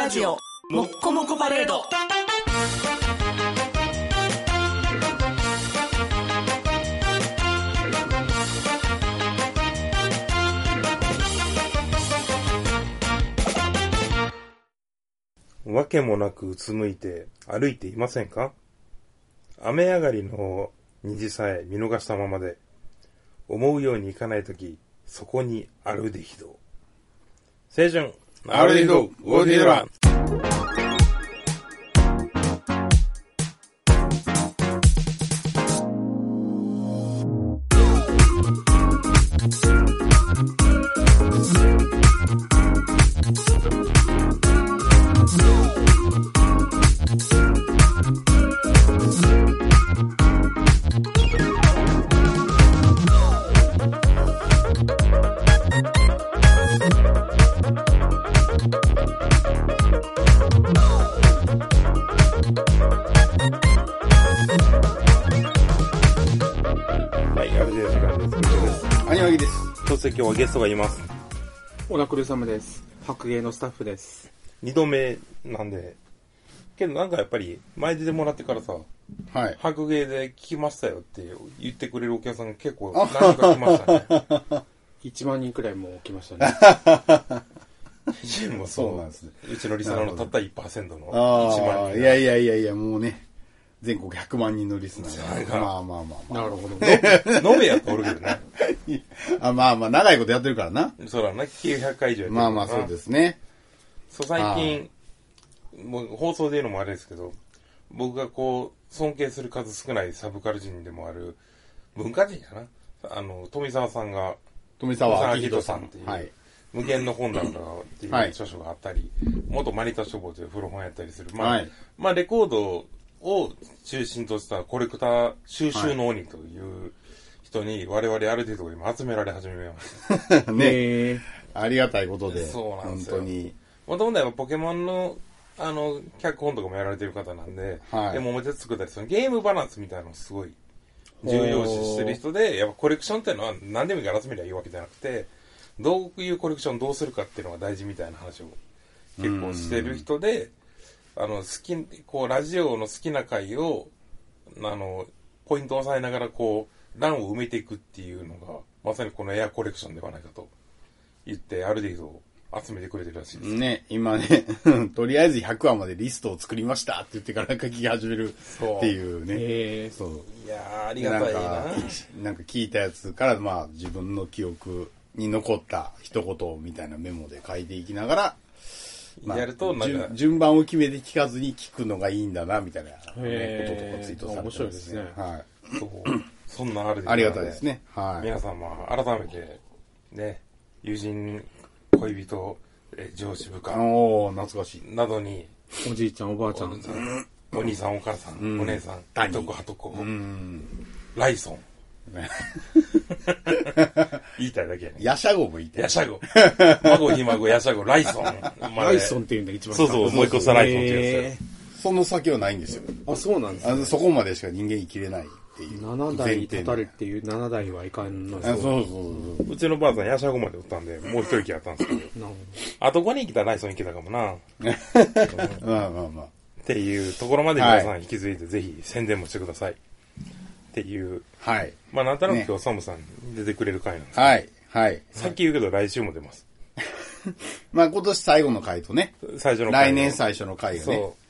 ラジオもっこもこパレード。 わけもなくうつむいて歩いていませんか？雨上がりの虹さえ見逃したままで、思うようにいかないとき、そこにアルデヒド。青春アルデヒドゴールディドラ。今日はゲストがいます。 オラクルサムです。白芸のスタッフです。 2度目なんで、けどなんかやっぱり前出てもらってからさ、はい、白芸で聞きましたよって言ってくれるお客さんが結構何人か来ましたね。 1万人くらいもう来ましたね。 もそうなんですね。うちのリスナーのたった 1% の1万人。 いやもうね、全国100万人のリスナーが。まあ。 なるほど。 延べやっておるけどね。 まあ、長いことやってるからな。 そうだな、900回以上やってる。 まあ、そうですね。 そう、最近、もう放送で言うのもあれですけど、僕がこう、尊敬する数少ないサブカル人でもある、文化人かな。富澤さんが、 富澤明人さんっていう、はい、無限の本棚っていう著書があったり、元マニタ書房という古本やったりする。まあ、レコードを中心としたコレクター収集の鬼という人に我々ある程度今集められ始めました。 ねありがたいことで。 そうなんですよ。 本当に。 もともとはポケモンの脚本とかもやられてる方なんで、でも表作ったりそのゲームバランスみたいなのをすごい重要視してる人で、やっぱコレクションっていうのは何でもいいから集めりゃいいわけじゃなくて、どういうコレクションどうするかっていうのが大事みたいな話を結構してる人で、ラジオの好きな回を、ポイントを押さえながら欄を埋めていくっていうのが、まさにこのエアコレクションではないかと言って、ある程度集めてくれてるらしいです。 ね、今ね、とりあえず100話までリストを作りましたって言ってから書き始めるっていうね。そう。 いやー、ありがたいな。 なんか聞いたやつから、まあ自分の記憶に残った一言みたいなメモで書いていきながら、 やるとなんか順番を決めて聞かずに聞くのがいいんだなみたいな、こととかツイートされてますね。 面白いですね。 はい。 そんなあれでありがたいですね。はい。 皆さんも改めてね、友人、恋人、上司部下、 懐かしいなどにおじいちゃんおばあちゃん、 お兄さんお母さん、お姉さん、いとこはとこ、ライソン。言いたいだけやね。 ヤシャゴも言いたい。 ヤシャゴ。孫ひ孫ヤシャゴ、ライソン。 ライソンっていうんだ、一番。 そう、もう一個さライソンっていうやつ。その先はないんですよ。 あ、そうなんですね。 そこまでしか人間生きれないっていう。 7代立たれっていう7代はいかんの。 そう。 うちのばあさんヤシャゴまでおったんで、もう一息やったんですけど。あとこに生きたらライソン生きたかもな。 まあ。 っていうところまで皆さん引き継いで、ぜひ宣伝もしてください。っていう。 はい。 まあなんとなく今日サムさん出てくれる回なんですけど。はい。 さっき言うけど来週も出ます。 まあ今年最後の回とね。 最初の回。 来年最初の回がね。 そう。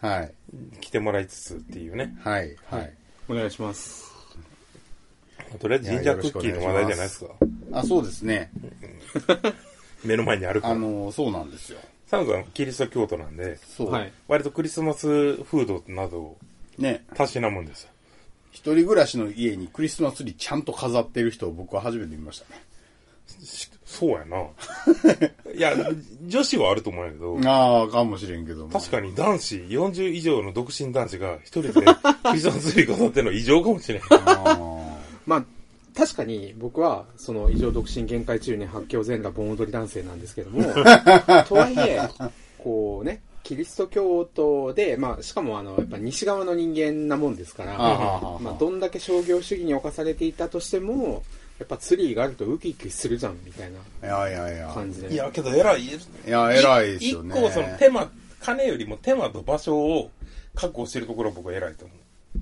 はい。来てもらいつつっていうね。 はい。 お願いします。 とりあえず神社クッキーの話題じゃないですか。 あ、そうですね。 目の前にあるから。 そうなんですよ。 サムさんキリスト教徒なんで、 そう。 割とクリスマスフードなどをね、たしなむんですよ。 一人暮らしの家にクリスマスツリーちゃんと飾ってる人を僕は初めて見ましたね。 そうやな。いや、女子はあると思うんやけど。 ああ、かもしれんけども。 確かに男子、40以上の独身男子が一人でクリスマスツリー飾ってるの異常かもしれん。 まあ、確かに僕はその異常独身限界中に発狂全裸盆踊り男性なんですけども、とはいえ、こうね、キリスト教徒で、まあ、しかもやっぱ西側の人間なもんですから、まあ、どんだけ商業主義に侵されていたとしても、やっぱツリーがあるとウキウキするじゃんみたいな感じで。 いやけど偉い。 いや偉いですよね。 一個その手間っ金よりも手間と場所を確保してるところは僕は偉いと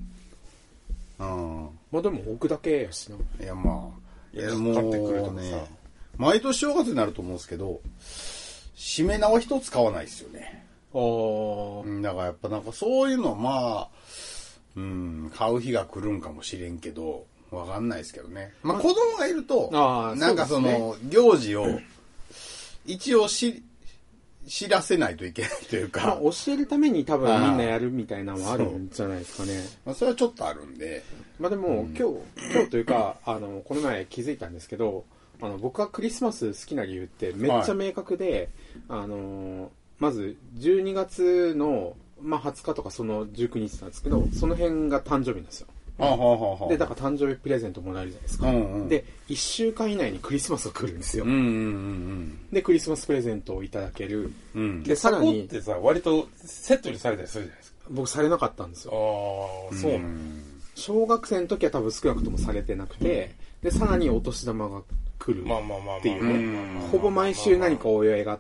思う。 まあでも置くだけやしな。 いやまあ、 いやもう買ってくるとかさ、 毎年正月になると思うんですけど、しめ縄一つ買わないですよね。だからやっぱなんかそういうのはまあ、買う日が来るんかもしれんけど、わかんないですけどね。まあ子供がいると、なんかその行事を一応知らせないといけないというか。 まあ教えるために多分みんなやるみたいなのはあるんじゃないですかね。 まあそれはちょっとあるんで。 まあでも今日というか、この前気づいたんですけど、僕がクリスマス好きな理由ってめっちゃ明確で、まず12月の、まあ、20日とかその19日なんですけど、その辺が誕生日なんですよ。で、だから誕生日プレゼントもらえるじゃないですか。で、1週間以内にクリスマスが来るんですよ。で、クリスマスプレゼントをいただける。 で、さらに。そこってさ、割とセットにされたりするじゃないですか。 僕されなかったんですよ。 そう。 小学生の時は多分少なくともされてなくて、で、さらにお年玉が来るっていうね。ほぼ毎週何かお祝いがあって、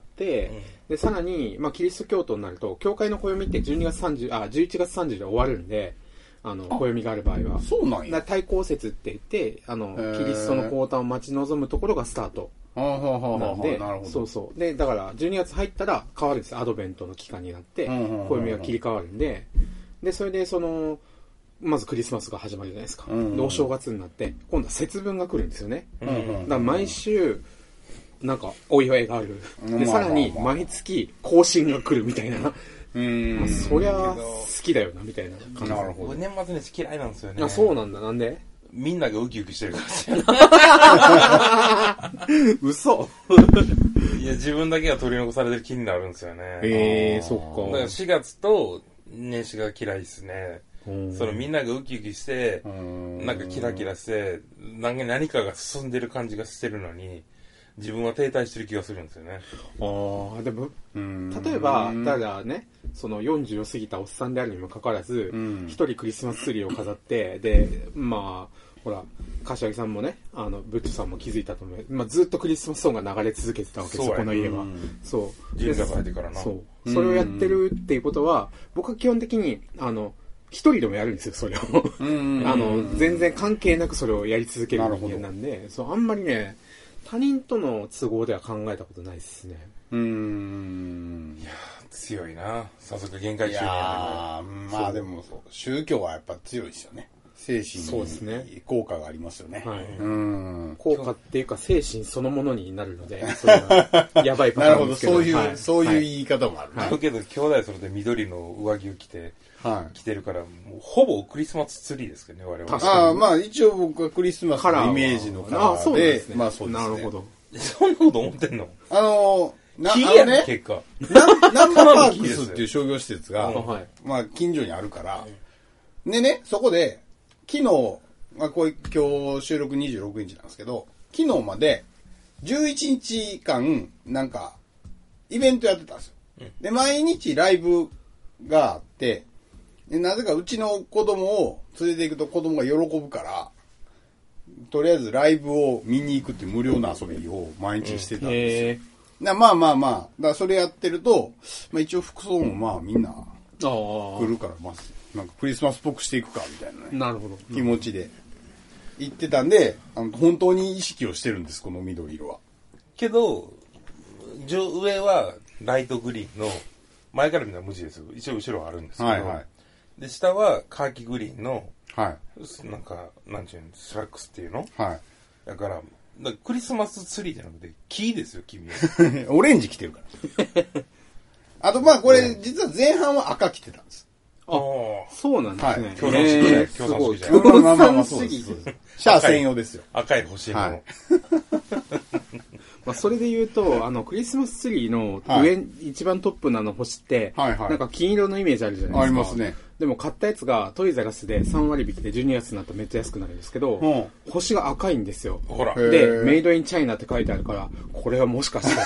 で、さらに、まあ、キリスト教徒になると、教会の暦って11月30で終わるんで、暦がある場合は。 そうなんや。 対抗節って言って、キリストの降誕を待ち望むところがスタート。なんで、そうそう。で、だから、12月入ったら変わるんですよ。アドベントの期間になって、暦が切り替わるんで、で、それで、まずクリスマスが始まるじゃないですか。で、お正月になって、今度は節分が来るんですよね。だから毎週、なんか、お祝いがある。で、さらに、毎月、更新が来るみたいな。まあ、そりゃ、好きだよな、みたいな感じ。 なるほど。年末年始嫌いなんですよね。 そうなんだ。なんでみんながウキウキしてるから嘘いや、自分だけが取り残されてる気になるんですよね。 そっか。 だから4月と年始が嫌いですね。みんながウキウキして、なんかキラキラして、何かが進んでる感じがしてるのに、自分は停滞してる気がするんですよね。 でも、例えば、ただね、40を過ぎたおっさんであるにもかかわらず、一人クリスマスツリーを飾って、で、まあ、ほら、柏木さんもね、ブッチョさんも気づいたと思う。まあ、ずっとクリスマスソングが流れ続けてたわけですよ、この家は。そう。 神社が入ってからな。 そう。それをやってるっていうことは、僕は基本的に、一人でもやるんですよ、それを。全然関係なくそれをやり続ける人間なんで、あんまりね、他人との都合では考えたことないですね。 いや強いな。さすが限界中にまあでも宗教はやっぱ強いですよね。精神に効果がありますよね。 効果っていうか精神そのものになるので、それはやばいパターンですけど。 なるほど、そういう言い方もある。 だけど兄弟それで緑の上着を着て、着てるから、もうほぼクリスマスツリーですけどね、我々。 まあ一応僕はクリスマスのイメージのカラーで、まあそうですね。 なるほど。 そんなこと思ってんの？ 木やね、 結果。 ナンバーパークスっていう商業施設が、まあ近所にあるから、でね、そこで、昨日、まあ今日収録26日なんですけど、昨日まで11日間、なんか、イベントやってたんですよ。で、毎日ライブがあって、でなぜかうちの子供を連れて行くと子供が喜ぶから、とりあえずライブを見に行くっていう無料の遊びを毎日してたんですよ。まあ、だからそれやってると、まあ一応服装もまあみんな来るから、まあ、なんかクリスマスっぽくしていくかみたいなね。 なるほど。 気持ちで言ってたんで、本当に意識をしてるんです、この緑色は。 けど、上はライトグリーンの、前から見たら無地ですよ。一応後ろはあるんですけど。で、下はカーキグリーンの、なんか、なんちゅうの、スラックスっていうの？だから、クリスマスツリーじゃなくて、木ですよ、君は。 オレンジ着てるから。あと、まあ、これ、実は前半は赤着てたんです。 そうなんですね。 共産主義じゃない。 すごい。 共産主義。シャア専用ですよ。 赤い星の。 まあそれで言うと、クリスマスツリーの上、一番トップの星って、なんか金色のイメージあるじゃないですか。 ありますね。 でも買ったやつがトイザらスで3割引きで12月になったらめっちゃ安くなるんですけど、星が赤いんですよ。 ほら。 で、メイドインチャイナって書いてあるから、これはもしかして。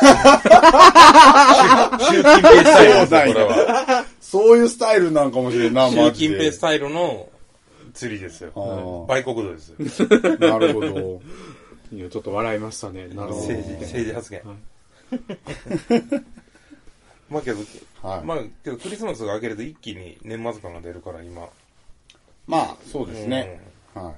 習近平スタイルですよ、これは。 そういうスタイルなんかもしれんな、 習近平スタイルの釣りですよ。売国度ですよ。 なるほど。 いや、ちょっと笑いましたね。なるほど。 政治発言。 まあけど、まあけどクリスマスが明けると一気に年末感が出るから今。 まあ、そうですね。はい。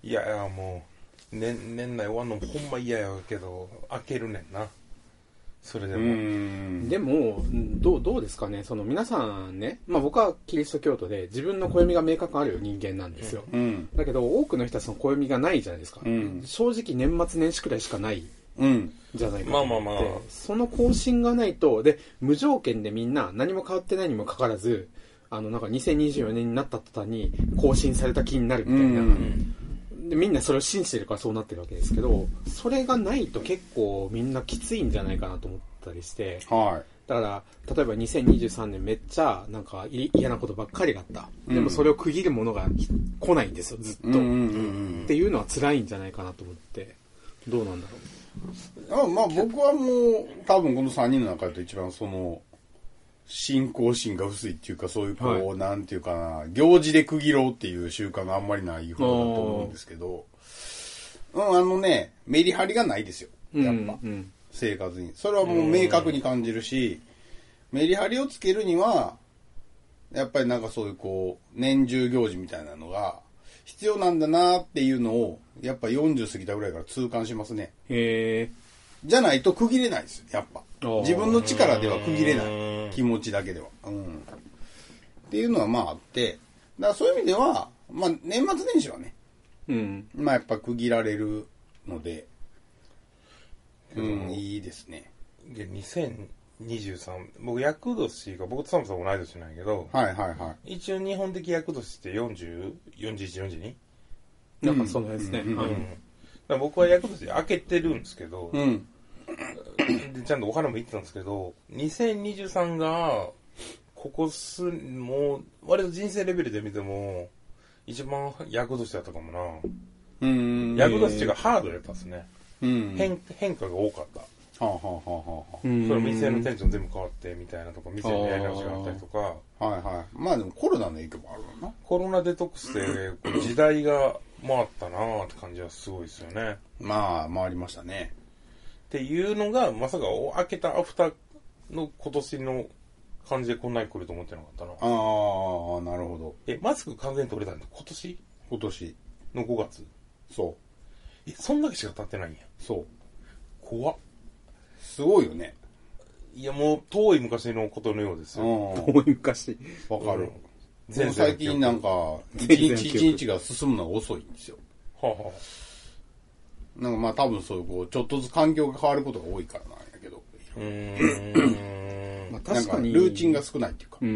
いや、もう、年内終わんのほんま嫌やけど、明けるねんな。それでも。 でも、どうですかね、その皆さんね、まあ僕はキリスト教徒で自分の暦が明確ある人間なんですよ。だけど多くの人はその暦がないじゃないですか。正直年末年始くらいしかないじゃないかと思って。その更新がないと、で、無条件でみんな何も変わってないにもかかわらず、なんか2024年になった途端に更新された気になるみたいな。でみんなそれを信じてるからそうなってるわけですけど、それがないと結構みんなきついんじゃないかなと思ったりして、だから例えば2023年めっちゃなんか嫌なことばっかりがあった、でもそれを区切るものが来ないんですよずっと、っていうのは辛いんじゃないかなと思って、どうなんだろう。 まあ僕はもう多分この3人の中で一番その信仰心が薄いっていうか、そういうこう、なんていうかな、行事で区切ろうっていう習慣があんまりない方だと思うんですけど、メリハリがないですよ。やっぱ、生活に。それはもう明確に感じるし、メリハリをつけるには、やっぱりなんかそういうこう、年中行事みたいなのが必要なんだなっていうのを、やっぱ40過ぎたぐらいから痛感しますね。じゃないと区切れないですよ、やっぱ。自分の力では区切れない。気持ちだけでは。っていうのはまああって、だからそういう意味では、まあ年末年始はね、まあやっぱ区切られるので、いいですね。 で、2023、僕、厄年が、僕とサムさん同い年なんやけど、一応日本的厄年って40、41、42? なんかその辺ですね。 だから僕は厄年明けてるんですけど、でちゃんとお花も言ってたんですけど、2023が、もう、割と人生レベルで見ても、一番厄年だったかもな。厄年っていうかハードやったんですね。変化が多かった。それ店のテンション全部変わってみたいなとか、店のやり直しがあったりとか。 まあでもコロナの影響もあるのな。 コロナデトックスで時代が回ったなーって感じはすごいですよね。 まあ、回りましたね。 っていうのが、まさか開けたアフターの今年の感じでこんなに来ると思ってなかったな。 なるほど。 マスク完全に取れたんだ。今年の5月。 そう。 そんだけしか経ってないんや。 そう。 怖っ。 すごいよね。 いや、もう遠い昔のことのようですよ。 遠い昔。 わかる。最近なんか、一日一日が進むのが遅いんですよ。なんかまあ多分そういうこう、ちょっとずつ環境が変わることが多いからなんやけど。 まあ確かに。 ルーチンが少ないっていうか。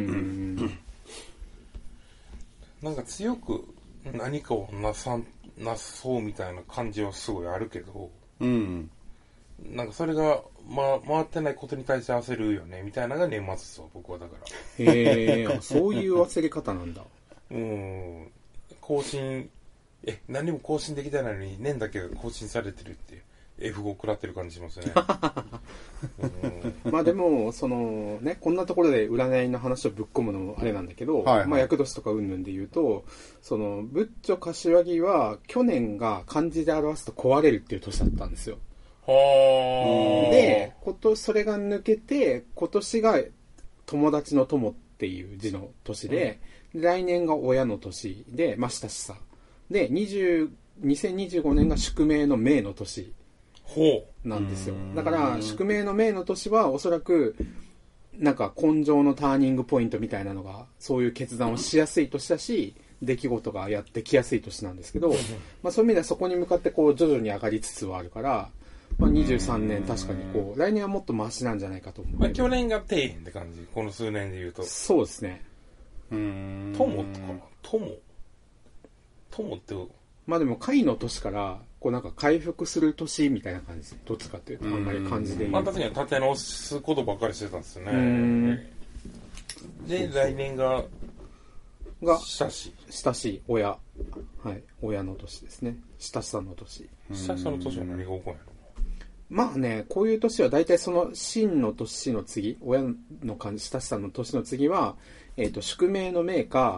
なんか強く何かをなそうみたいな感じはすごいあるけど、なんかそれが、回ってないことに対して焦るよね、みたいなのが年末ですわ、僕はだから。 そういう焦り方なんだ。 更新、何も更新できてないのに年だけ更新されてるって F5 食らってる感じしますね。 まあでも、そのね、こんなところで占いの話をぶっ込むのもあれなんだけど、まあ厄年とか云々で言うと、その、ブッチョ柏木は去年が漢字で表すと壊れるっていう年だったんですよ。で、それが抜けて、今年が友達の友っていう字の年で、来年が親の年で、まあ親しさ。で、2025年が宿命の命の年なんですよ。だから、宿命の命の年はおそらく、なんか根性のターニングポイントみたいなのが、そういう決断をしやすい年だし、出来事がやってきやすい年なんですけど、まあそういう意味ではそこに向かってこう徐々に上がりつつはあるから、まあ23年確かにこう、来年はもっとマシなんじゃないかと思う。 まあ去年が底辺って感じ、この数年で言うと。 そうですね。 友とかな、友って、 まあでも回の年から、こうなんか回復する年みたいな感じ。どっちかっていうと、あんまり感じでいい。 まあ確かに立て直すことばっかりしてたんですよね。で、来年が、親しい親。はい。親の年ですね。親しさの年。 親しさの年は何が起こるんやろ。 まあね、こういう年は大体その真の年の次、親の親しさの年の次は、宿命の命か、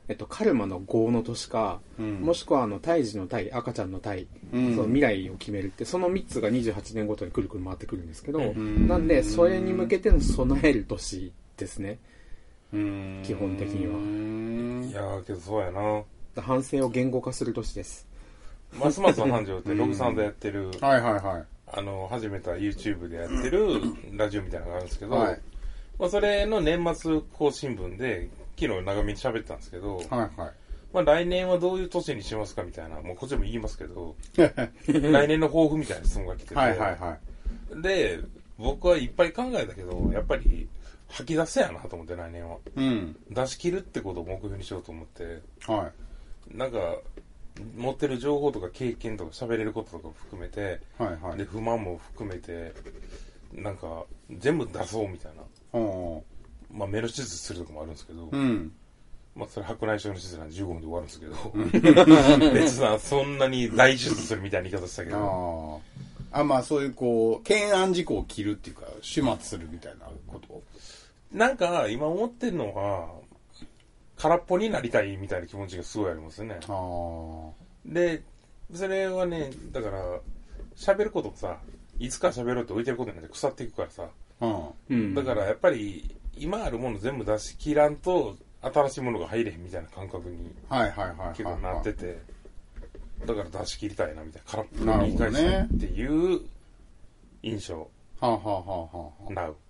カルマの5の年か、もしくは胎児の胎、赤ちゃんの胎、その未来を決めるって、その3つが28年ごとにくるくる回ってくるんですけど、なんで、それに向けての備える年ですね。基本的には。 いやー、けどそうやな。 反省を言語化する年です。 ますますの繁盛ってログさんでやってる、 はいはいはい。 始めた YouTube でやってるラジオみたいなのがあるんですけど、まあそれの年末更新分で、昨日長めに喋ったんですけど、まあ来年はどういう年にしますかみたいな、もうこっちも言いますけど、来年の抱負みたいな質問が来てて、で、僕はいっぱい考えたけど、やっぱり吐き出せやなと思って来年は。出し切るってことを目標にしようと思って、なんか、持ってる情報とか経験とか喋れることとか含めて、で不満も含めてなんか全部出そうみたいな、まあ目の手術するとかもあるんですけど、まあそれ白内障の手術なんで15分で終わるんですけど別にそんなに大手術するみたいな言い方したけどまあそういうこう懸案事項を切るっていうか始末するみたいなこと。 なんか今思ってるのは空っぽになりたいみたいな気持ちがすごいありますね。で、それはね、だから、喋ることもさ、いつか喋ろうって置いてることになって腐っていくからさ。だからやっぱり、今あるもの全部出し切らんと、新しいものが入れへんみたいな感覚に、結構なってて、だから出し切りたいなみたいな、空っぽに返したいっていう印象。なう。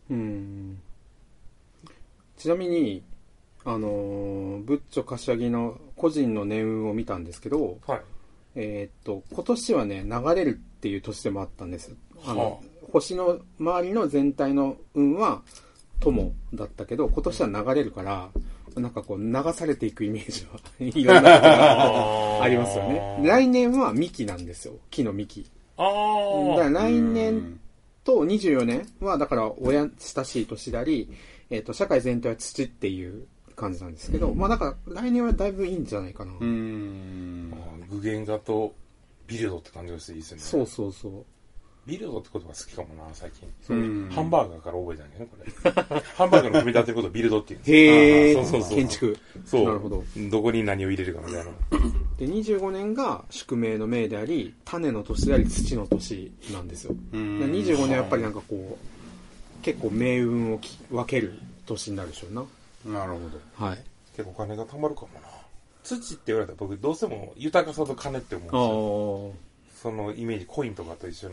ちなみに、ブッチョ柏木の個人の年運を見たんですけど、今年はね、流れるっていう年でもあったんです。星の周りの全体の運は友だったけど、今年は流れるから、なんかこう流されていくイメージはいろんなことがありますよね。来年は幹なんですよ。木の幹。だから来年と24年は、だから親親しい年であり、社会全体は土っていう感じなんですけど、まあだから来年はだいぶいいんじゃないかな。 具現化とビルドって感じがしていいですよね。 そう。 ビルドって言葉好きかもな、最近。ハンバーガーから覚えたんだけどね、これ。ハンバーガーの組み立てることをビルドって言うんですよ。 建築。 なるほど。どこに何を入れるかみたいな。 で、25年が宿命の命であり、種の年であり、土の年なんですよ。25年はやっぱりなんかこう、結構命運を分ける年になるでしょうな。 なるほど。 結構お金が貯まるかもな。土って言われたら僕どうしても豊かさと金って思うんですよ。そのイメージ、コインとかと一緒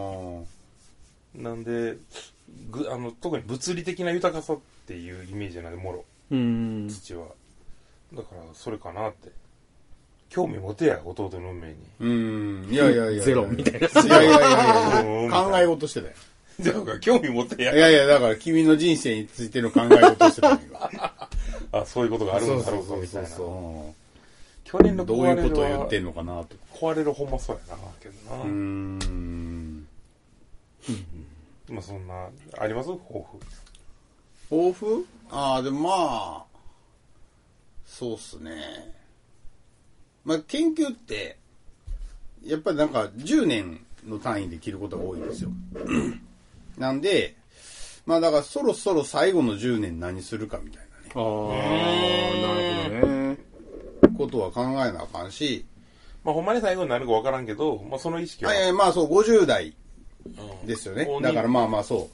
なんで、特に物理的な豊かさっていうイメージなんで、もろ。土は。だから、それかなって。興味持てや、弟の運命に。いや。 ゼロみたいな。 考え事してたよ。 だから興味持ってや。 いや、だから君の人生についての考え事してたよ。 そういうことがあるんだろうか、みたいな。去年のどういうことを言ってんのかなと。 壊れるほんまそうやな、けどな。まあそんな、あります抱負でもまあ、そうっすね。まあ研究って、やっぱりなんか10年の単位で切ることが多いんですよ。なんで、まあだからそろそろ最後の10年何するかみたいなね。 なるほどね。 ことは考えなあかんし。 まあほんまに最後になるかわからんけど、まあその意識は。 まあそう、50代ですよね。だからまあそう。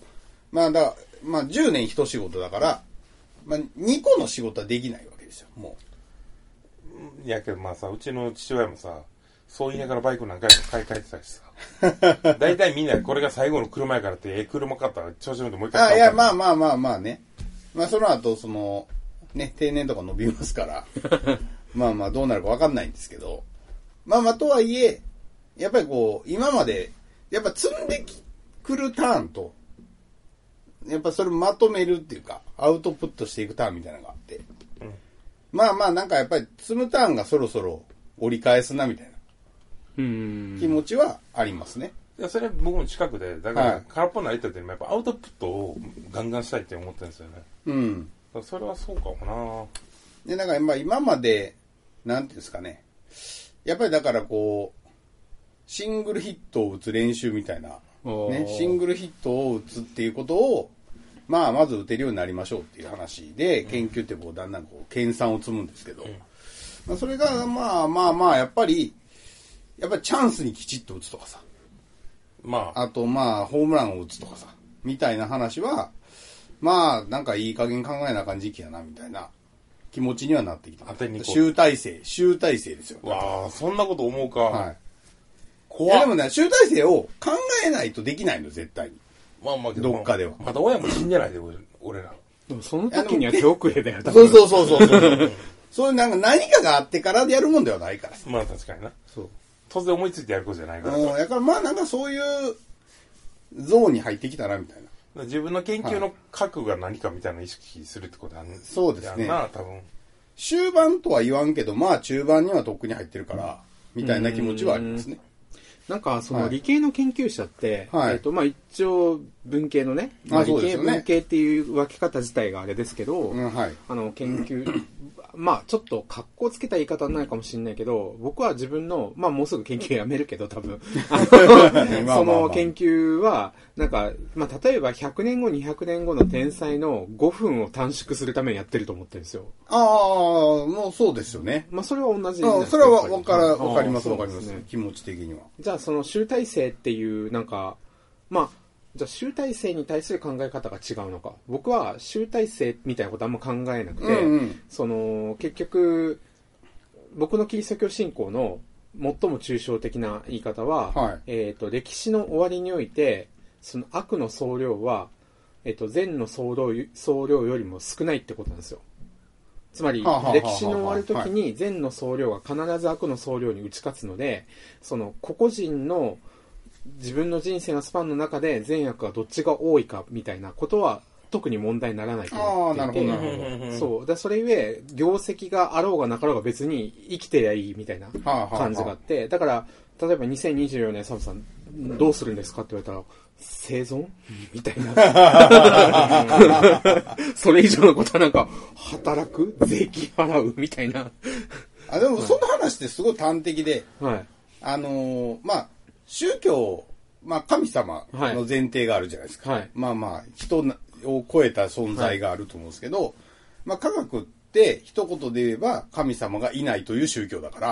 まあ10年一仕事だから、まあ2個の仕事はできないわけですよ、もう。いやけどまあさ、うちの父親もさ、そう言いながらバイク何回も買い替えてたしさ。大体みんなこれが最後の車やからって、車買ったら調子乗ってもう一回買う。 いや、まあね。まあその後、定年とか伸びますから。まあどうなるか分かんないんですけど。まあとはいえ、やっぱりこう、今まで、やっぱ積んでくるターンと、やっぱそれをまとめるっていうか、アウトプットしていくターンみたいなのがあって。まあなんかやっぱり積むターンがそろそろ折り返すなみたいな気持ちはありますね。 いや、それは僕も近くで、だから空っぽになりたいっていうのはやっぱアウトプットをガンガンしたいって思ってるんですよね。だからそれはそうかもな。で、なんか今まで、なんていうんですかね。やっぱりだからこう、シングルヒットを打つ練習みたいな。ね、シングルヒットを打つっていうことをまあ、まず打てるようになりましょうっていう話で、研究ってこう、だんだんこう、研鑽を積むんですけど、まあ、それが、まあ、やっぱりチャンスにきちっと打つとかさ。あと、ホームランを打つとかさ。みたいな話は、なんかいい加減考えなあかん時期やな、みたいな気持ちにはなってきた。集大成ですよ。 わあ、そんなこと思うか。はい。 怖い。でもね、集大成を考えないとできないの、絶対に。どっかでは。 まだ親も死んでないで、俺ら。 でもその時には手遅れだよ、 そう。そういう何かがあってからやるもんではないから。 まあ確かにな。そう。突然思いついてやることじゃないから。 だからなんかそういうゾーンに入ってきたな、みたいな。 自分の研究の核が何かみたいな意識するってことはそうですね。 多分。 終盤とは言わんけど、中盤にはとっくに入ってるから、みたいな気持ちはありますね。 なんか、理系の研究者って、一応、文系のね、理系、文系っていう分け方自体があれですけど、研究、ちょっと格好つけた言い方はないかもしれないけど、僕は自分の、もうすぐ研究やめるけど、多分。その研究は、なんか、例えば100年後、200年後の天才の5分を短縮するためにやってると思ってるんですよ。 もうそうですよね。 それは同じ。 それはわかります、気持ち的には。 じゃあ、その集大成っていう、なんか、じゃあ集大成に対する考え方が違うのか。僕は集大成みたいなことあんま考えなくて、結局、僕のキリスト教信仰の最も抽象的な言い方は、歴史の終わりにおいて、その悪の総量は、善の総量よりも少ないってことなんですよ。つまり、歴史の終わるときに善の総量が必ず悪の総量に打ち勝つので、その個々人の自分の人生のスパンの中で善悪がどっちが多いかみたいなことは特に問題にならないと思っていて、そうそれゆえ業績があろうがなかろうが別に生きてりゃいいみたいな感じがあって、だから例えば2024年サムさんどうするんですかって言われたら生存みたいなそれ以上のことはなんか働く税金払うみたいなでもその話ってすごい端的で、宗教、神様の前提があるじゃないですか。人を超えた存在があると思うんですけど、科学って一言で言えば神様がいないという宗教だから、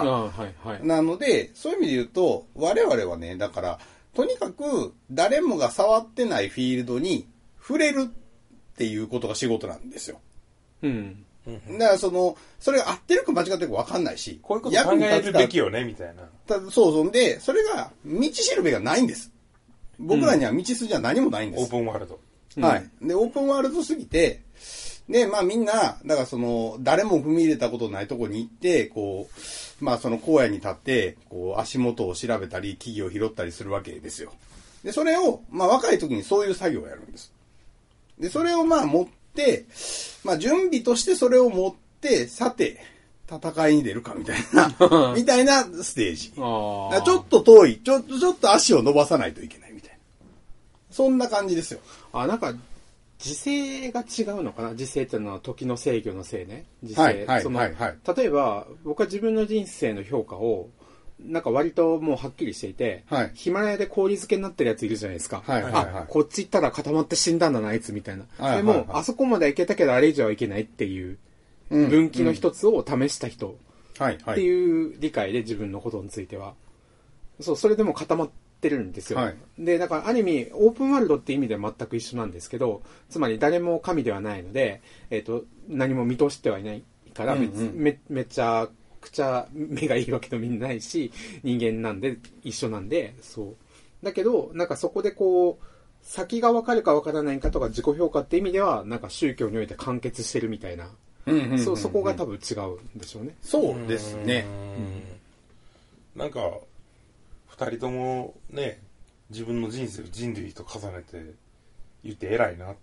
なので、そういう意味で言うと、我々はね、だから、とにかく誰もが触ってないフィールドに触れるっていうことが仕事なんですよ。だからそれが合ってるか間違ってるか分かんないし、 こういうこと考えるべきよねみたいな。 で、それが道しるべがないんです。僕らには道筋は何もないんです。 オープンワールド。 で、オープンワールドすぎて、で、みんな、だから誰も踏み入れたことないとこに行って、こう、荒野に立って、こう、足元を調べたり、木々を拾ったりするわけですよ。で、それを、若い時にそういう作業をやるんです。で、それを持って、準備としてそれを持って、さて、戦いに出るかみたいな、みたいなステージ。ちょっと遠い、ちょっと足を伸ばさないといけないみたいな。そんな感じですよ。 なんか、時勢が違うのかな。時勢っていうのは時の制御のせいね。時勢。例えば、僕は自分の人生の評価を、なんか割ともうはっきりしていて、ヒマラヤで氷漬けになってるやついるじゃないですか。こっち行ったら固まって死んだんだな、あいつみたいな。でも、あそこまでは行けたけど、あれ以上はいけないっていう、分岐の一つを試した人っていう理解で自分のことについては。それでも固まってるんですよ。で、だからある意味、オープンワールドって意味では全く一緒なんですけど、つまり誰も神ではないので、何も見通してはいないから、めちゃくちゃ目がいいわけでもみんなないし、人間なんで一緒なんで、そう。だけど、なんかそこでこう、先が分かるか分からないかとか自己評価って意味では、なんか宗教において完結してるみたいな。そこが多分違うんでしょうね。 そうですね。 なんか、二人ともね、自分の人生を人類と重ねて言って偉いなって。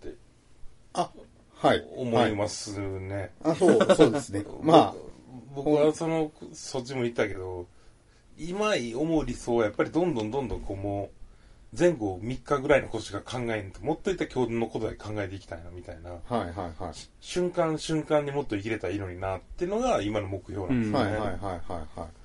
思いますね。 そうですね。 僕はそっちも言ったけど、今思う理想はやっぱりどんどんこうもう、前後3日ぐらいのことしか考えんと、もっといった今日のことだけ考えていきたいなみたいな。瞬間瞬間にもっと生きれたらいいのになっていうのが今の目標なんですよね。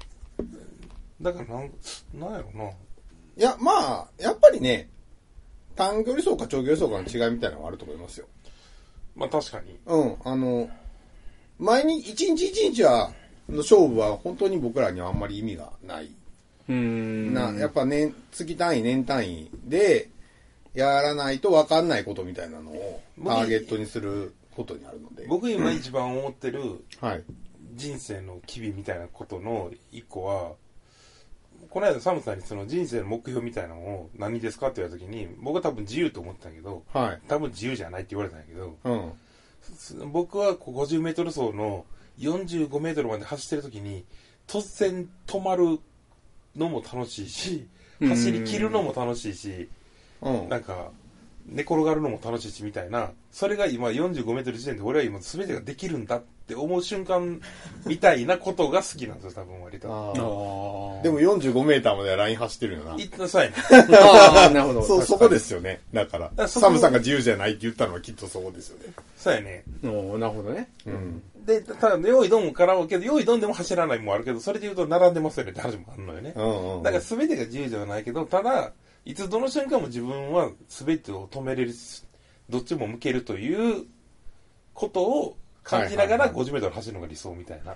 だからなんやろな。 いや、やっぱりね、 短距離走か長距離走かの違いみたいなのがあると思いますよ。 まあ確かに。 毎日、一日一日の勝負は本当に僕らにはあんまり意味がない。やっぱ月単位、年単位でやらないと分かんないことみたいなのをターゲットにすることになるので。 僕今一番思ってる、人生の機微みたいなことの一個は、この間サムさんにその人生の目標みたいなのを何ですかって言われた時に、僕は多分自由と思ったんやけど、多分自由じゃないって言われたんやけど、僕は50メートル走の45メートルまで走ってる時に突然止まるのも楽しいし、走り切るのも楽しいし、なんか寝転がるのも楽しいしみたいな、それが今45メートル時点で俺は今全てができるんだって思う瞬間みたいなことが好きなんですよ、多分割と。 でも45メーターまではライン走ってるよな。 そうやね。 なるほど。そこですよね。だから、サムさんが自由じゃないって言ったのはきっとそこですよね。 そうやね。 なるほどね。 で、ただ、用意ドンからけど、用意ドンでも走らないもあるけど、それで言うと並んでますよねって話もあるのよね。だから全てが自由ではないけど、ただ、いつどの瞬間も自分は全てを止めれる、どっちも向けるということを感じながら50メートル走るのが理想みたいな。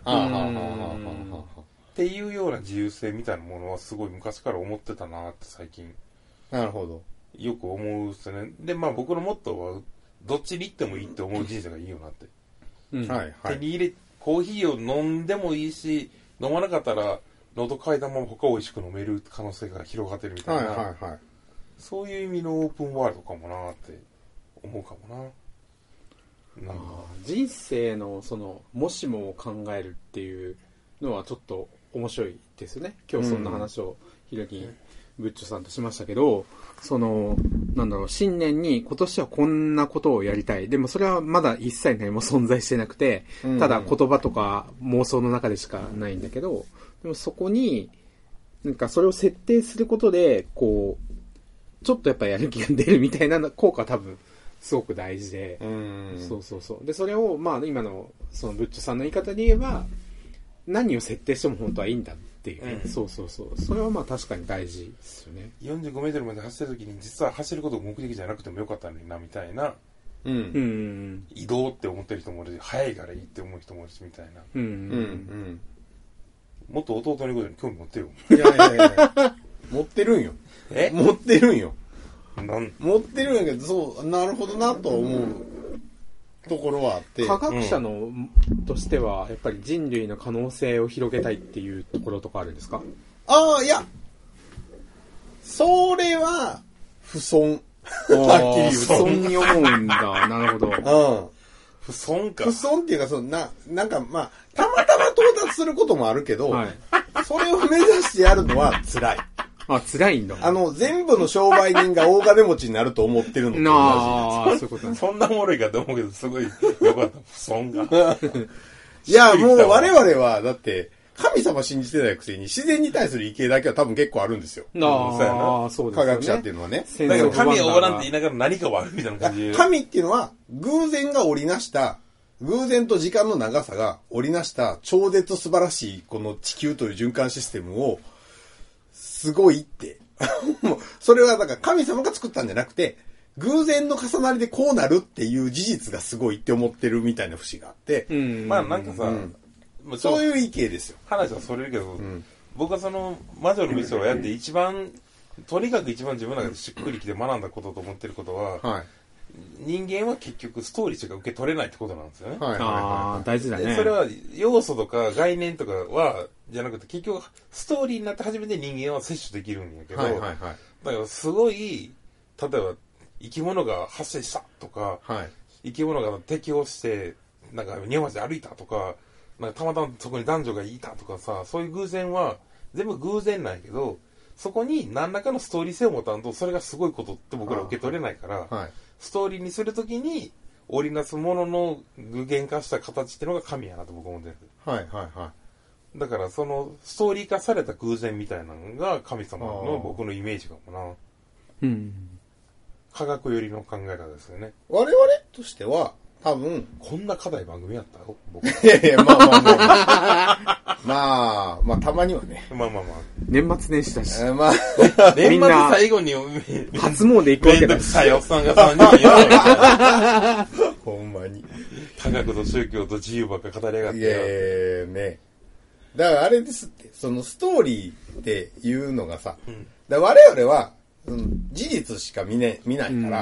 っていうような自由性みたいなものはすごい昔から思ってたなって最近。 なるほど。 よく思うっすね。で、まあ僕のモットーは、どっちに行ってもいいって思う人生がいいよなって。手に入れ、コーヒーを飲んでもいいし、飲まなかったら喉かいたまま他美味しく飲める可能性が広がってるみたいな、そういう意味のオープンワールドかもなって思うかもな。 人生のそのもしもを考えるっていうのはちょっと面白いですよね。今日そんな話をひろきブッチョさんとしましたけど、新年に今年はこんなことをやりたい。でもそれはまだ一切何も存在してなくて、ただ言葉とか妄想の中でしかないんだけど、でもそこに、なんかそれを設定することで、こう、ちょっとやっぱやる気が出るみたいな効果は多分すごく大事で、そう。で、それを、まあ今のそのブッチョさんの言い方で言えば、何を設定しても本当はいいんだっていう、そう。それはまあ確かに大事ですよね。 45メートルまで走った時に実は走ることが目的じゃなくてもよかったのになみたいな、移動って思ってる人もいるし、速いからいいって思う人もいるしみたいな。もっと弟の言うことに興味持ってよ。 いや。持ってるんよ。持ってるんよ。持ってるんやけど、そう、なるほどなと思うところはあって。 科学者の、としては、やっぱり人類の可能性を広げたいっていうところとかあるんですか？ いや。それは、不損。はっきり言うと。 不損に思うんだ。なるほど。 不損か。 不損っていうか、なんかまあ、たまたま到達することもあるけど、それを目指してやるのは辛い。 辛いんだ。 全部の商売人が大金持ちになると思ってるのと同じ。そういうことね。 そんなおもろいかと思うけど、すごいよかった。不損が。 いや、もう我々は、だって、神様信じてないくせに自然に対する畏敬だけは多分結構あるんですよ。 そうですね。 科学者っていうのはね。 だけど神はおらんって言いながら何かはあるみたいな感じで。 神っていうのは偶然が織りなした、偶然と時間の長さが織りなした超絶素晴らしいこの地球という循環システムをすごいって。それはだから神様が作ったんじゃなくて、偶然の重なりでこうなるっていう事実がすごいって思ってるみたいな節があって。 まあなんかさ、 そういう意見ですよ。 話はそれるけど、僕はその魔女のミスをやってとにかく一番自分の中でしっくりきて学んだことと思ってることは、人間は結局ストーリーしか受け取れないってことなんですよね。 大事だね。 それは要素とか概念とかじゃなくて結局ストーリーになって初めて人間は摂取できるんやけど、だからすごい、例えば生き物が発生したとか、生き物が適応してなんか庭町で歩いたとか、なんかたまたまそこに男女がいたとかさ、そういう偶然は全部偶然なんやけど、そこに何らかのストーリー性を持たんとそれがすごいことって僕ら受け取れないから、ストーリーにするときに織りなすものの具現化した形っていうのが神やなと僕は思ってる。だからそのストーリー化された偶然みたいなのが神様の僕のイメージかもな。科学寄りの考え方ですよね。 我々としては多分こんな課題番組やったよ僕。 いやまあまあ、たまにはね。 まあ。 年末年始だし。 まあ、 年末最後に、 初詣行くわけだし。 めんどくさいおっさんが3人やほんまに。 科学と宗教と自由ばっか語りやがっていやね。だからあれですって、そのストーリーっていうのがさ、だ我々は、事実しか見ないから、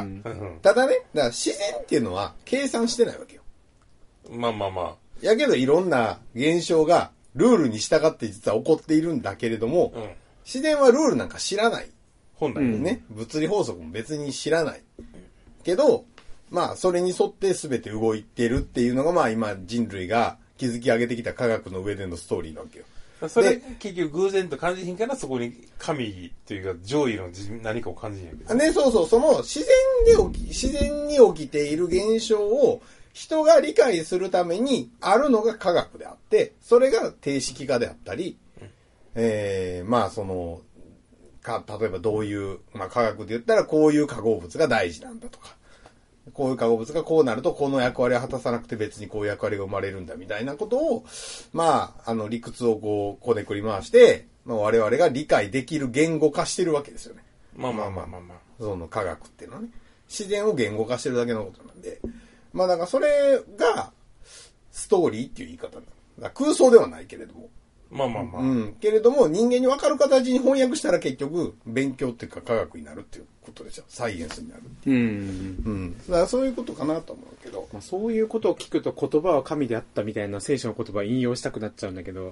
ただね、だから自然っていうのは計算してないわけよ。 まあ。 やけどいろんな現象がルールに従って実は起こっているんだけれども、自然はルールなんか知らない。 本来ね、物理法則も別に知らない。けど、まあそれに沿って全て動いてるっていうのがまあ今人類が築き上げてきた科学の上でのストーリーなわけよ。 それ結局偶然と感じひんからそこに神というか上位の何かを感じひんやけどね、そう、その自然に起きている現象を人が理解するためにあるのが科学であって、それが定式化であったり、まあその、例えばどういう、まあ科学で言ったらこういう化合物が大事なんだとか、こういう化合物がこうなるとこの役割を果たさなくて別にこういう役割が生まれるんだみたいなことを、まあ、理屈をこねくり回して、まあ我々が理解できる言語化してるわけですよね。 まあ。 その科学っていうのはね。自然を言語化してるだけのことなんで。まあだからそれがストーリーっていう言い方なんだ。空想ではないけれども。 まあ。 けれども人間に分かる形に翻訳したら結局勉強っていうか科学になるっていうことでしょ。サイエンスになるっていう。だからそういうことかなと思うけど。 まあ、そういうことを聞くと言葉は神であったみたいな聖書の言葉を引用したくなっちゃうんだけど。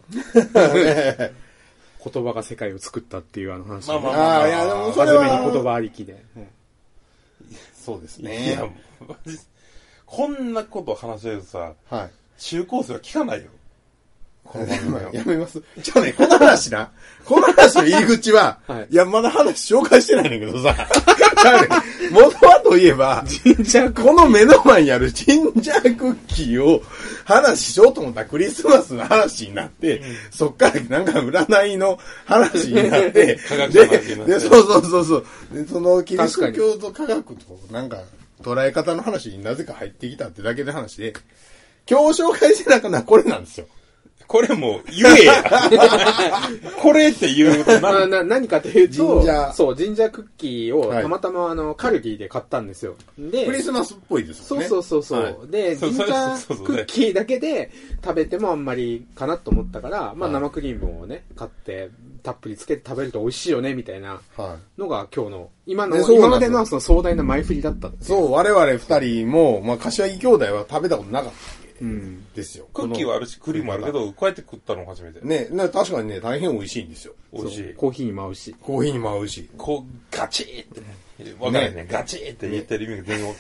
言葉が世界を作ったっていう話、ね。 まあ。 いやでもそれは初めに言葉ありきで。 そうですね。 いや、こんなこと話せるとさ、中高生は聞かないよ。 やめます。この話の入り口は、いや、まだ話紹介してないんだけどさ、元はといえば、この目の前にあるジンジャークッキーを話しようと思ったらクリスマスの話になって、そっからなんか占いの話になって、 科学の話になって。 そう。で、そのキリスト教と科学となんか捉え方の話になぜか入ってきたってだけの話で、今日紹介してなかったのはこれなんですよ。 これも言えやこれって言うと何かというと、ジンジャークッキーをたまたまカルディで買ったんですよ。で、 クリスマスっぽいですよね。 そう。で、ジンジャークッキーだけで食べてもあんまりかなと思ったから、まあ生クリームをね、買ってたっぷりつけて食べると美味しいよね、みたいなのが今日の、今までのその壮大な前振りだった。 そう、我々二人も、まあ柏木兄弟は食べたことなかった。ですよ。 クッキーはあるし、クリームもあるけど、こうやって食ったの初めて。 ね、確かにね、大変美味しいんですよ。 美味しい。 コーヒーにも合うし。 ガチーってね。わかるね。ガチーって言ってる意味が全然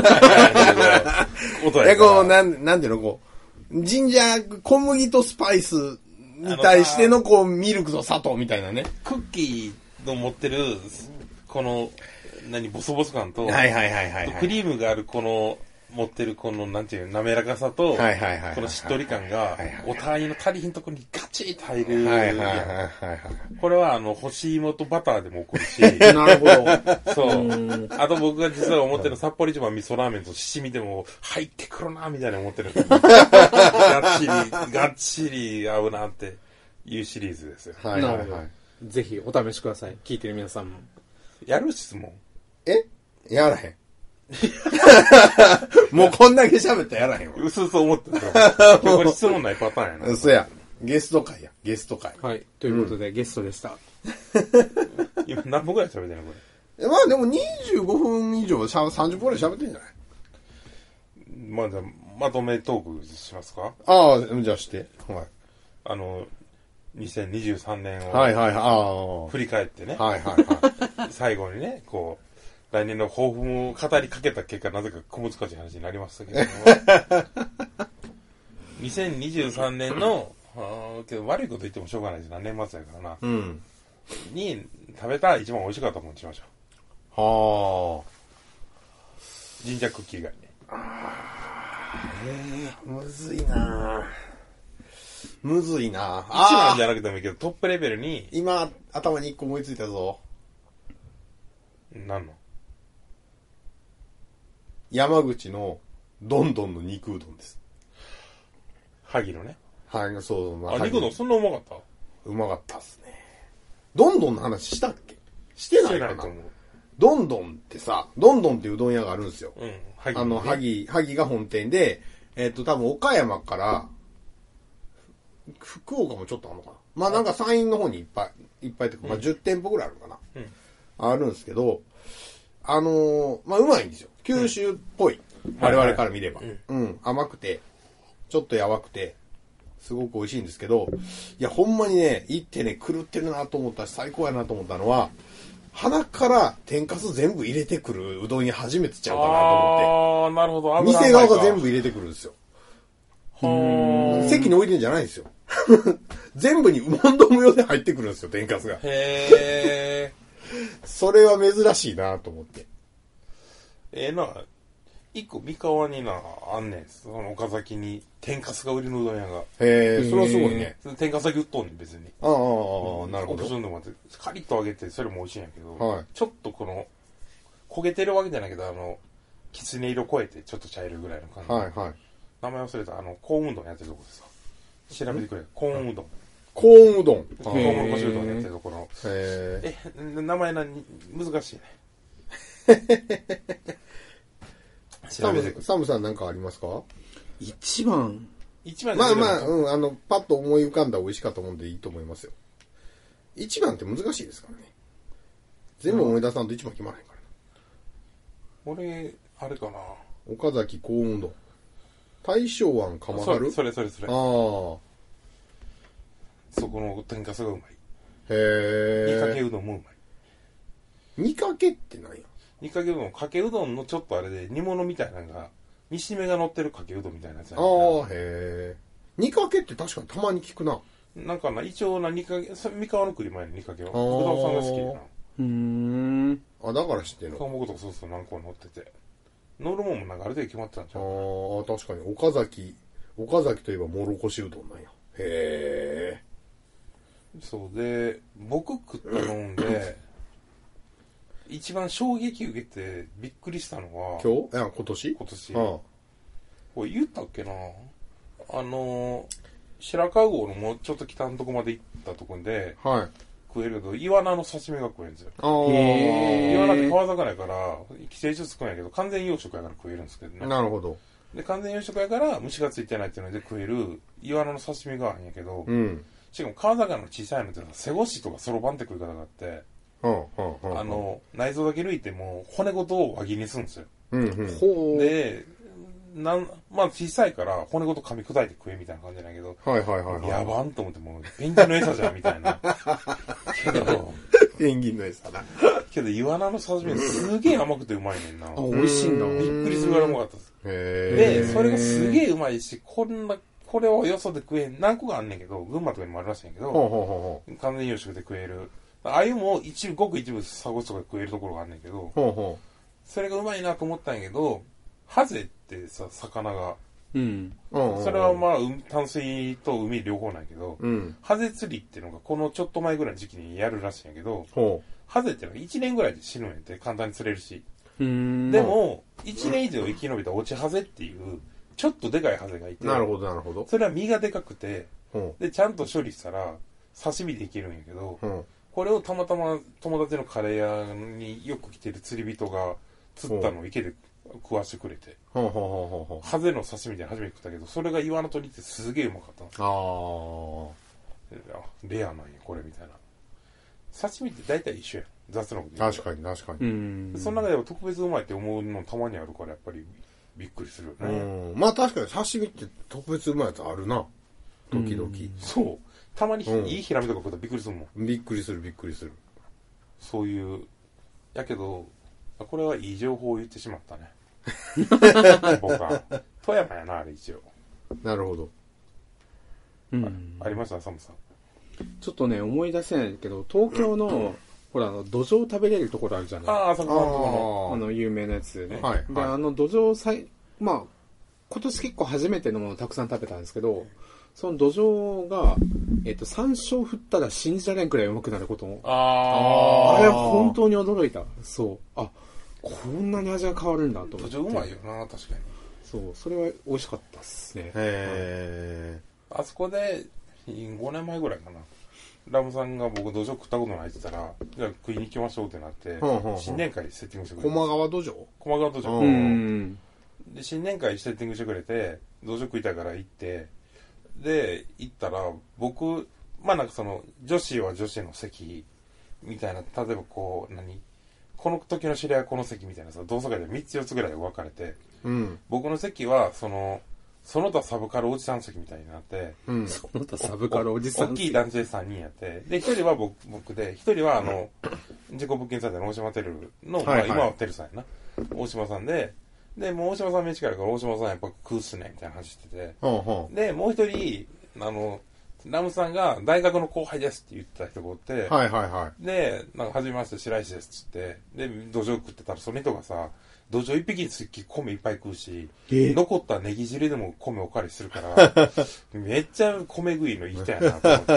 音や。 こう、なんていうの、ジンジャー、小麦とスパイスに対してのミルクと砂糖みたいなね。 クッキーの持ってる、この、ボソボソ感と、クリームがある持ってるなんていう滑らかさと、このしっとり感が、お互いの足りひんところにガチッと入る。これは干し芋とバターでも起こるし。 なるほど。 そう。あと僕が実は思ってる札幌一番味噌ラーメンと七味でも入ってくるな、みたいな思ってる。がっちり合うなっていうシリーズですよ。 なるほど。ぜひお試しください。聞いてる皆さんも。 やる質問？ やらへん。もうこんだけ喋ったらやらへんわ。 うすうす思ってたから。これ質問ないパターンやな。 嘘や。ゲスト会。 はい。ということで、ゲストでした。 今何分くらい喋ってんのこれ。まあでも25分以上、30分くらい喋ってんじゃない？ まあじゃあ、まとめトークしますか？ ああ、じゃあして。はい。 2023年を振り返ってね。最後にね、来年の抱負も語りかけた結果、なぜか小難しい話になりましたけども。2023年の、けど悪いこと言ってもしょうがないですな、年末やからな。に、食べた一番美味しかったものにしましょう。ジンジャークッキー以外ね。 むずいな一番じゃなくてもいいけど、トップレベルに。 今、頭に一個思いついたぞ。 何の？ 山口のどんどんの肉うどんです。 萩のね。 はい、そう、 まあ。肉のそんなうまかった？ うまかったっすね。どんどんの話したっけ？してないかな。と思う。どんどんってさ、どんどんってうどん屋があるんですよ。うん。萩が本店で、多分岡山から、福岡もちょっとあるのかな。まあなんか山陰の方にいっぱいってか、まあ10店舗ぐらいあるのかな。うん。あるんですけど、まあうまいんですよ。九州っぽい。我々から見れば。うん。甘くて、ちょっと柔くて、すごく美味しいんですけど、いや、ほんまにね、行ってね、狂ってるなと思ったし、最高やなと思ったのは、鼻から天かす全部入れてくるうどん屋初めてちゃうかなと思って。 ああ、なるほど。 店側が全部入れてくるんですよ。席に置いてんじゃないんですよ。全部に問答無用で入ってくるんですよ、天かすが。 へー。それは珍しいなと思って。 な、一個三河にな、あんねん。その岡崎に天かすが売りのうどん屋が。 へー、それはすごいね。 天かすだけ売っとんねん、別に。 ああ、なるほど。 オプションでもカリッと揚げて、それも美味しいんやけど、 はい、 ちょっとこの、焦げてるわけじゃないけど、きつね色超えてちょっと茶色いぐらいの感じ。 はいはい。 名前忘れた、コーンうどんやってるとこでさ。調べてくれ。コーンうどん。 コーンうどん。 トウモロコシうどんやってるところ。名前難しいね。 サムさんなんかありますか？ 一番まあまあ、パッと思い浮かんだ美味しかったもんでいいと思いますよ。一番って難しいですからね。全部思い出さんと一番決まらへんからな。俺、あれかな。 岡崎コーンうどん。大正庵釜春？ それ。ああ。そこの天かすがうまい。 へー。 煮かけうどんもうまい。 煮かけって何や？ 煮かけうどん、かけうどんのちょっとあれで煮物みたいなのが、煮しめが乗ってるかけうどんみたいなやつやねんな。 ああ、へー。煮かけって確かにたまに聞くな。 なんかな、一応な、煮かけ、三河の栗前の煮かけは、うどんさんが好きやな。あ、だから知ってんの？ かまぼことそうそう何個乗ってて。乗るもんもなんかある程度決まってたんちゃうかな。 ああ、確かに。岡崎といえばもろこしうどんなんや。へー。そうで、僕食ったもんで、一番衝撃受けてびっくりしたのは、 今年これ言ったっけな、白川郷のもうちょっと北のとこまで行ったとこで、 はい、 食えるけど、イワナの刺身が食えるんですよ。 イワナって川魚やから、寄生虫少ないけど、完全養殖やから食えるんですけどね。 なるほど。 で、完全養殖やから虫がついてないっていうので食えるイワナの刺身があるんやけど、しかも川魚の小さいのって背ごしとかそろばんって食い方があって、内臓だけ抜いても骨ごと輪切りにするんですよ。で、まあ小さいから骨ごと噛み砕いて食えみたいな感じなんやけど、やばんと思ってもうペンギンの餌じゃんみたいな。けど、 ペンギンの餌だ。 けどイワナの刺身すげえ甘くてうまいねんな。 美味しいんだ。 びっくりするぐらいうまかったです。で、それがすげえうまいし、これをよそで食えん、何個かあんねんけど、群馬とかにもあるらしいんやけど、完全養殖で食える。あゆもごく一部サゴチとかで食えるところがあんねんけど、それがうまいなと思ったんやけど、ハゼってさ、魚が、それはまあ、淡水と海両方なんやけど、ハゼ釣りっていうのがこのちょっと前ぐらいの時期にやるらしいんやけど、ハゼっていうのが1年ぐらいで死ぬんやって、簡単に釣れるし。でも、1年以上生き延びたオチハゼっていう、ちょっとでかいハゼがいて、 なるほど。 それは身がでかくて、で、ちゃんと処理したら、刺身でいけるんやけど、これをたまたま友達のカレー屋によく来てる釣り人が釣ったのを池で食わしてくれて、ハゼの刺身で初めて食ったけど、それがイワナと似てすげえうまかったんですよ。レアなんやこれみたいな。刺身って大体一緒やん、雑なこと言う。 確かに。 その中でも特別うまいって思うのたまにあるからやっぱりびっくりするよね。 まあ確かに刺身って特別うまいやつあるな、時々。 そう、たまにいいヒラメとか食ったらびっくりするもん。 びっくりする。 そういうやけど、これはいい情報を言ってしまったね。僕は富山やな、あれ一応。 なるほど。 ありました、サムさん。 ちょっとね、思い出せないけど、東京の、ほら、土壌食べれるところあるじゃない。 あそこの有名なやつでね。 で、 土壌まあ、今年結構初めてのものをたくさん食べたんですけど、その土壌が、山椒振ったら信じられんくらいうまくなることも。あれは本当に驚いた。そう。こんなに味が変わるんだと思って。 土壌うまいよな、確かに。 そう、それは美味しかったっすね。 あそこで、5年前ぐらいかな。ラムさんが僕、土壌食ったことないって言ったら、じゃあ食いに行きましょうってなって、新年会セッティングしてくれて。 駒川土壌で、新年会セッティングしてくれて、土壌食いたいから行って、で、行ったら、僕、まあなんかその、女子は女子の席、みたいな、例えばこう、この時の知り合いはこの席みたいなさ、同窓会で3つ4つぐらい分かれて、僕の席は、その他サブカルおじさん席みたいになって、 その他サブカルおじさん大きい男性3人やって、で、1人は僕で、1人は自己物件サイトの大島テルの、まあ今はテルさんやな、大島さんで、もう大島さん目近いから大島さんやっぱ食うっすね、みたいな話してて、で、もう1人、ラムさんが大学の後輩ですって言ってた人がおって、で、なんか、はじめまして、白石ですっつって、で、土壌食ってたら、その人がさ、土壌一匹につき米いっぱい食うし、残ったネギ汁でも米おかわりするから、めっちゃ米食いの人やなと思って、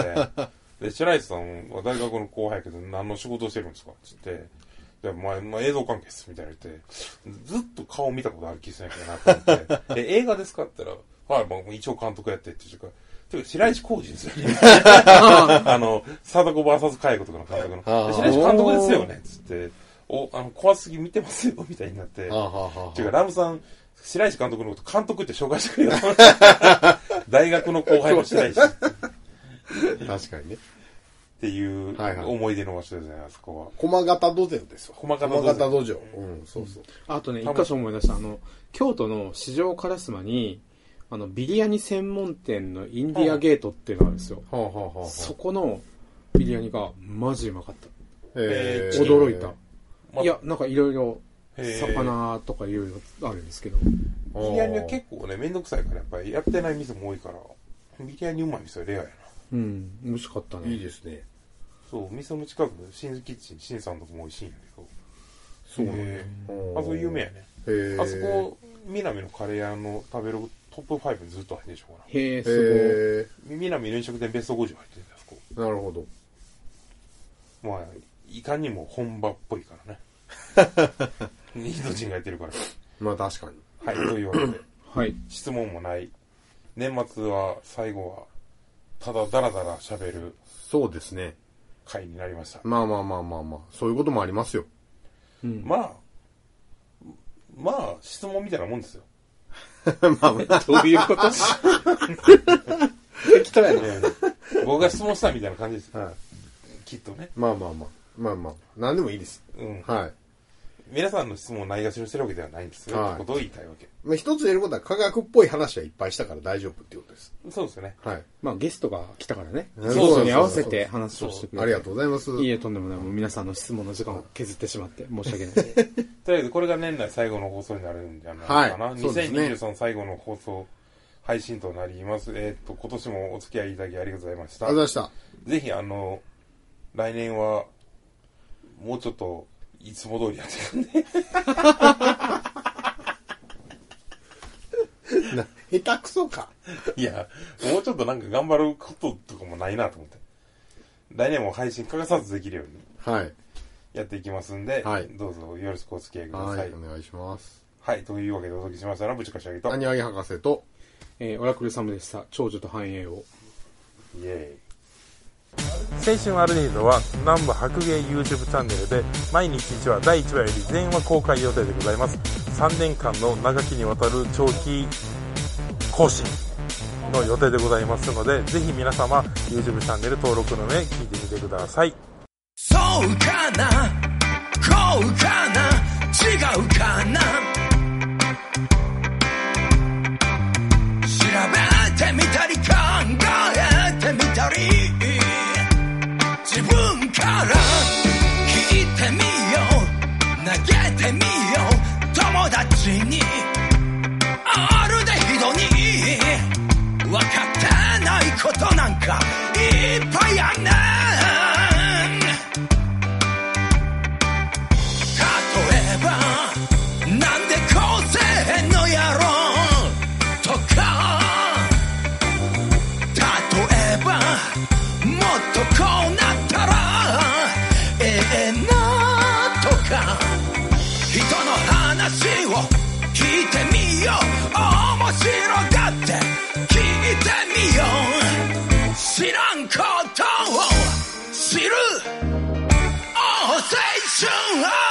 で、白石さんは大学の後輩やけど、何の仕事をしてるんですかつって、で、まあ、映像関係です、みたいな言って、ずっと顔見たことある気するんやけどなと思って、映画ですかって言ったら、はい、まあ、一応監督やってって言うから、白石浩二ですよね。貞子 VS 介護とかの監督の。白石監督ですよね。つって、怖すぎ見てますよ、みたいになって。ていうか、ラムさん、白石監督のこと監督って紹介してくれよ。大学の後輩も白石。 確かにね。 っていう思い出の場所ですね、あそこは。 駒形土壌ですわ。 駒形土壌。そうそう。 あとね、一箇所思い出した。京都の四条烏丸に、ビリヤニ専門店のインディアゲートっていうのがあるんですよ。そこのビリヤニがマジうまかった。驚いた。いや、なんかいろいろ魚とかいろいろあるんですけど。 ビリヤニは結構ね、めんどくさいからやっぱりやってない店も多いから、ビリヤニうまい店はレアやな。 美味しかったね。 いいですね。 そう、店の近く、新キッチン、新さんとこも美味しいんやけど。 そうね。 あそこ有名やね。あそこ、南のカレー屋の食べるトップ5にずっと入ってるでしょうかな。 へえ、すごい。南の飲食店ベスト50入ってるんだ、あそこ。 なるほど。 まあ、いかにも本場っぽいからね。インド人がやってるから。 まあ確かに。 はい、というわけで。 はい。 質問もない。年末は、最後は、ただダラダラ喋る。 そうですね。 回になりました。 まあ。そういうこともありますよ。 まあ、質問みたいなもんですよ。 どういうこと適当やね。 僕が質問したみたいな感じです。きっとね。 まあ。何でもいいです。はい。 皆さんの質問をないがしろしてるわけではないんですよ。ってことを言いたいわけ。 まあ一つ言えることは科学っぽい話はいっぱいしたから大丈夫っていうことです。 そうですね。 はい。 まあゲストが来たからね。ゲストに合わせて話をしてくれて。 ありがとうございます。 いいえ、とんでもない。もう皆さんの質問の時間を削ってしまって申し訳ない。 とりあえずこれが年内最後の放送になるんじゃないかな。2023最後の放送配信となります。今年もお付き合いいただきありがとうございました。 ありがとうございました。 ぜひ来年はもうちょっといつも通りやっていくんで。 下手くそか。 いや、もうちょっとなんか頑張ることとかもないなと思って。来年も配信欠かさずできるように。やっていきますんで、どうぞよろしくお付き合いください。 お願いします。 はい、というわけでお届けしましたのは、ぶちかしあげと。 アニアギ博士と、 オラクルサムでした。長寿と繁栄を。 イエーイ。青春アルディードは南部白芸 YouTube チャンネルで毎日1話第1話より全話公開予定でございます。3年間の長きにわたる長期更新の予定でございますので、ぜひ皆様 YouTube チャンネル登録の上聞いてみてください。 そうかなこうかな違うかな調べてみたり考えてみたり自分から聞いてみよう投げてみよう友達にあるでひどに分かってないことなんかいっぱいあんねん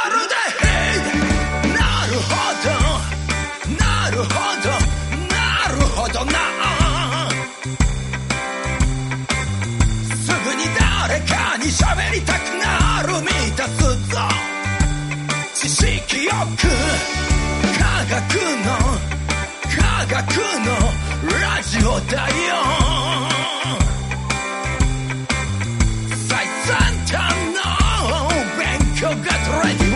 るでなるほどなるほどなるほどなすぐに誰かに喋りたくなる満たすぞ知識よく科学のラジオだよ最先端の勉強が取れる